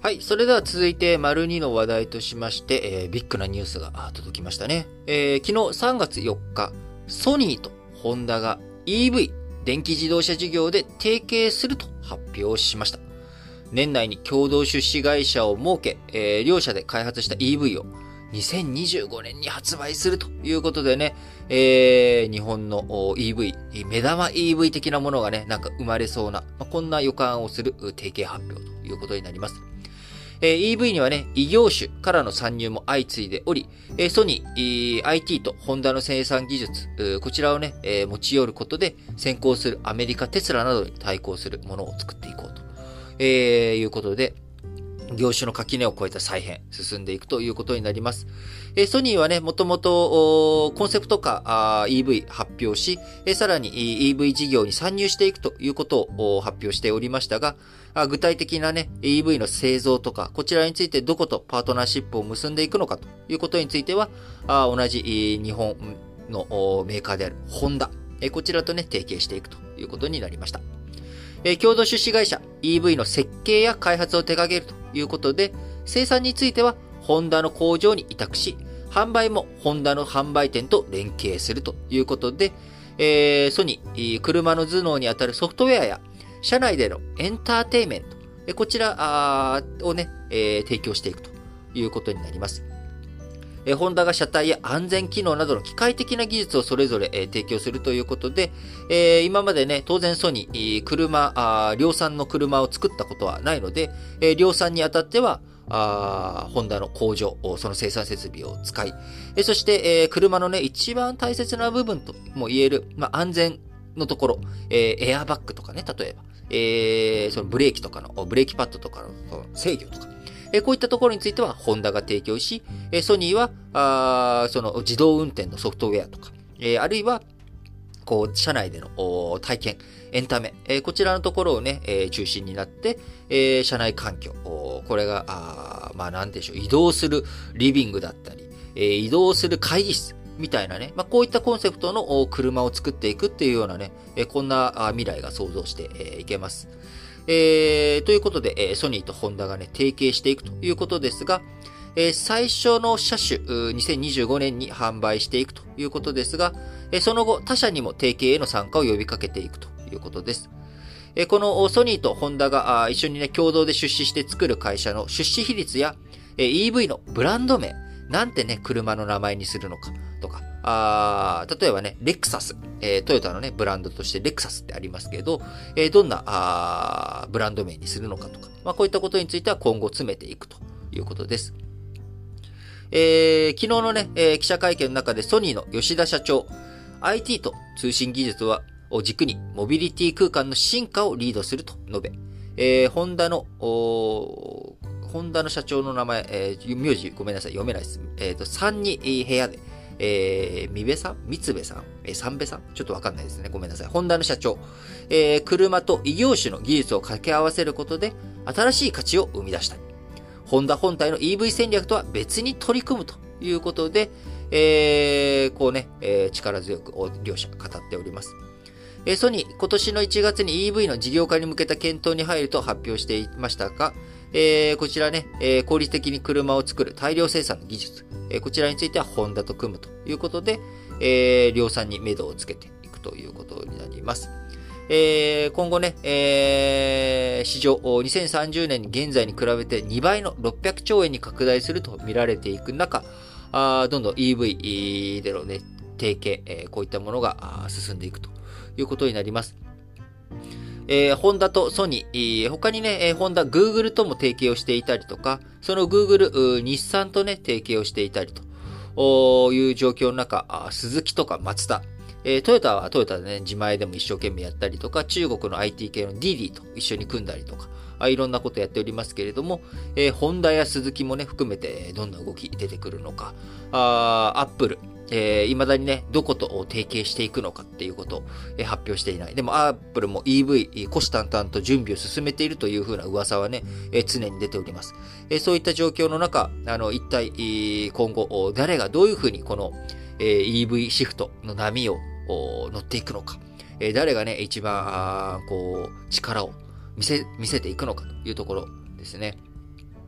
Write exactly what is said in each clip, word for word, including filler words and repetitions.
はい。それでは続いて、丸にの話題としまして、えー、ビッグなニュースが届きましたね。えー、昨日さんがつよっか、ソニーとホンダが イーブイ、電気自動車事業で提携すると発表しました。年内に共同出資会社を設け、えー、両社で開発した イーブイ をにせんにじゅうごねんに発売するということでね、えー、日本の イーブイ、目玉 イーブイ 的なものがね、なんか生まれそうな、まあ、こんな予感をする提携発表ということになります。えー、イーブイ にはね、異業種からの参入も相次いでおり、えー、ソニー、アイティー とホンダの生産技術、こちらをね、えー、持ち寄ることで先行するアメリカテスラなどに対抗するものを作っていこうと、えー、いうことで、業種の垣根を越えた再編、進んでいくということになります。えー、ソニーはね、もともとコンセプトカー イーブイ 発表し、えー、さらに イーブイ 事業に参入していくということを発表しておりましたが、具体的なね、イーブイ の製造とか、こちらについてどことパートナーシップを結んでいくのかということについては、同じ日本のメーカーであるホンダ、こちらとね、提携していくということになりました。共同出資会社 イーブイ の設計や開発を手掛けるということで、生産についてはホンダの工場に委託し、販売もホンダの販売店と連携するということで、えー、ソニー、車の頭脳にあたるソフトウェアや社内でのエンターテイメント、こちらをね、えー、提供していくということになります。えー、ホンダが車体や安全機能などの機械的な技術をそれぞれ、えー、提供するということで、えー、今までね、当然ソニー、車、あ量産の車を作ったことはないので、えー、量産にあたっては、あホンダの工場、その生産設備を使い、えー、そして、えー、車のね、一番大切な部分とも言える、まあ、安全のところ、えー、エアバッグとかね、例えば、えー、そのブレーキとかの、ブレーキパッドとかの制御とか、えー、こういったところについてはホンダが提供し、えー、ソニーは、あその自動運転のソフトウェアとか、えー、あるいは、こう、車内での体験、エンタメ、えー、こちらのところをね、えー、中心になって、えー、車内環境、これが、あまあなんでしょう、移動するリビングだったり、えー、移動する会議室、みたいなね、まあ、こういったコンセプトの車を作っていくっていうようなね、こんな未来が想像していけます。えー、ということで、ソニーとホンダがね、提携していくということですが、最初の車種、にせんにじゅうごねんに販売していくということですが、その後、他社にも提携への参加を呼びかけていくということです。このソニーとホンダが一緒にね、共同で出資して作る会社の出資比率や、イーブイ のブランド名、なんてね、車の名前にするのかとか、あ例えばね、レクサス、えー、トヨタのね、ブランドとしてレクサスってありますけど、えー、どんなあブランド名にするのかとか、まあ、こういったことについては今後詰めていくということです。えー、昨日のね、えー、記者会見の中でソニーの吉田社長、アイティー と通信技術はを軸にモビリティ空間の進化をリードすると述べ、えー、ホンダの、ホンダの社長の名前、えー、名字ごめんなさい、読めないです。えっと、さんに部屋で、えー、三部さん三部さんえー、三部さんちょっとわかんないですね。ごめんなさい。ホンダの社長、えー、車と異業種の技術を掛け合わせることで、新しい価値を生み出したい。ホンダ本体の イーブイ 戦略とは別に取り組むということで、えー、こうね、えー、力強く両者語っております。ソニー、今年のいちがつに イーブイ の事業化に向けた検討に入ると発表していましたが、えー、こちらね、えー、効率的に車を作る大量生産の技術、えー、こちらについてはホンダと組むということで、えー、量産に目処をつけていくということになります。えー、今後ね、えー、市場、にせんさんじゅうねんに現在に比べてにばいのろっぴゃくちょうえんに拡大すると見られていく中、あどんどん イーブイ でのね、提携、えー、こういったものが進んでいくということになります。えー、ホンダとソニー、他にね、ホンダ、グーグルとも提携をしていたりとか、そのグーグル、日産とね、提携をしていたりという状況の中、スズキとかマツダ、えー、トヨタはトヨタでね、自前でも一生懸命やったりとか、中国の アイティー 系のディディと一緒に組んだりとか、あいろんなことやっておりますけれども、えー、ホンダやスズキもね、含めてどんな動き出てくるのか、あアップル、えー、未だにね、どこと提携していくのかっていうことを、えー、発表していない。でも、アップルも イーブイ、虎視眈々と準備を進めているというふうな噂はね、えー、常に出ております。えー、そういった状況の中、あの、一体、今後、誰がどういうふうにこの、えー、イーブイ シフトの波を乗っていくのか、えー、誰がね、一番、こう、力を見せ、見せていくのかというところですね。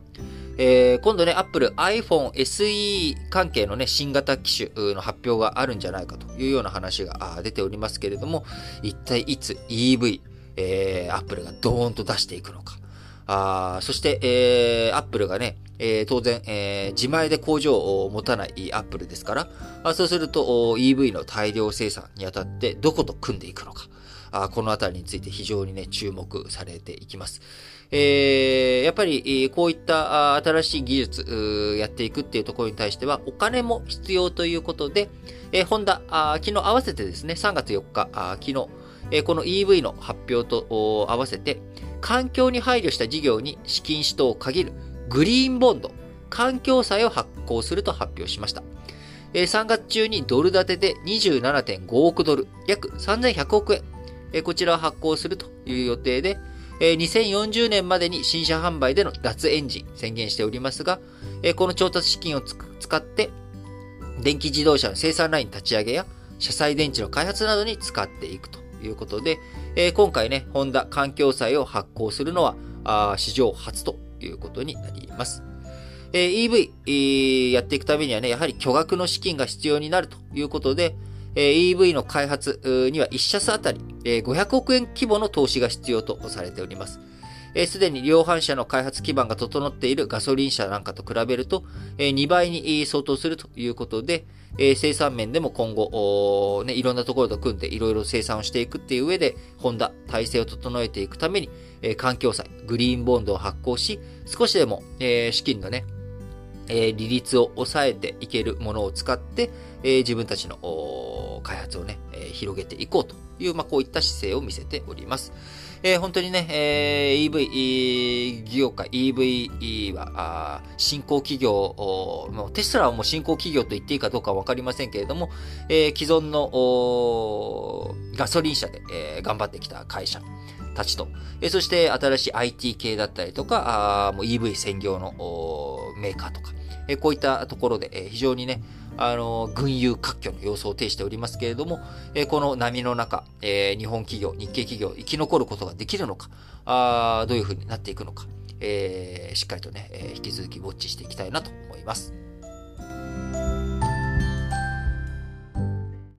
えー、今度ね、Apple iPhone エスイー 関係のね、新型機種の発表があるんじゃないかというような話が出ておりますけれども、一体いつ イーブイ、えー、Apple がドーンと出していくのか。あそして、えー、Apple がね、えー、当然、えー、自前で工場を持たない Apple ですから、あそうすると イーブイ の大量生産にあたってどこと組んでいくのか。あこのあたりについて非常にね、注目されていきます。えー、やっぱり、こういった新しい技術やっていくっていうところに対しては、お金も必要ということで、えー、ホンダ、昨日合わせてですね、さんがつよっか、昨日、えー、この イーブイ の発表と合わせて、環境に配慮した事業に資金使途を限るグリーンボンド、環境債を発行すると発表しました。えー、さんがつ中にドル建てで にじゅうななてんごおくドル、約さんぜんひゃくおくえん、えー、こちらを発行するという予定で、にせんよんじゅうねんまでに新車販売での脱エンジン宣言しておりますが、この調達資金を使って電気自動車の生産ライン立ち上げや車載電池の開発などに使っていくということで、今回ね、ホンダ環境債を発行するのは史上初ということになります。イーブイ やっていくためにはね、やはり巨額の資金が必要になるということで、イーブイ の開発にはいっしゃすあたりごひゃくおくえん規模の投資が必要とされております。すでに量販車の開発基盤が整っているガソリン車なんかと比べるとにばいに相当するということで、生産面でも今後、ね、いろんなところと組んでいろいろ生産をしていくっていう上で、ホンダ体制を整えていくために、環境債、グリーンボンドを発行し、少しでも資金のね、利率を抑えていけるものを使って、自分たちの開発をね、広げていこうという、まあ、こういった姿勢を見せております。えー、本当にね、えー、イーブイ 業界、イーブイ は新興企業、もうテスラはもう新興企業と言っていいかどうかわかりませんけれども、えー、既存のガソリン車で、えー、頑張ってきた会社たちと、えー、そして新しい アイティー 系だったりとか、あもう イーブイ 専業のメーカーとか、えー、こういったところで、えー、非常にね、あの、群雄割拠の様相を呈しておりますけれども、えー、この波の中、えー、日本企業、日系企業、生き残ることができるのか、あどういう風になっていくのか、えー、しっかりとね、えー、引き続きウォッチしていきたいなと思います。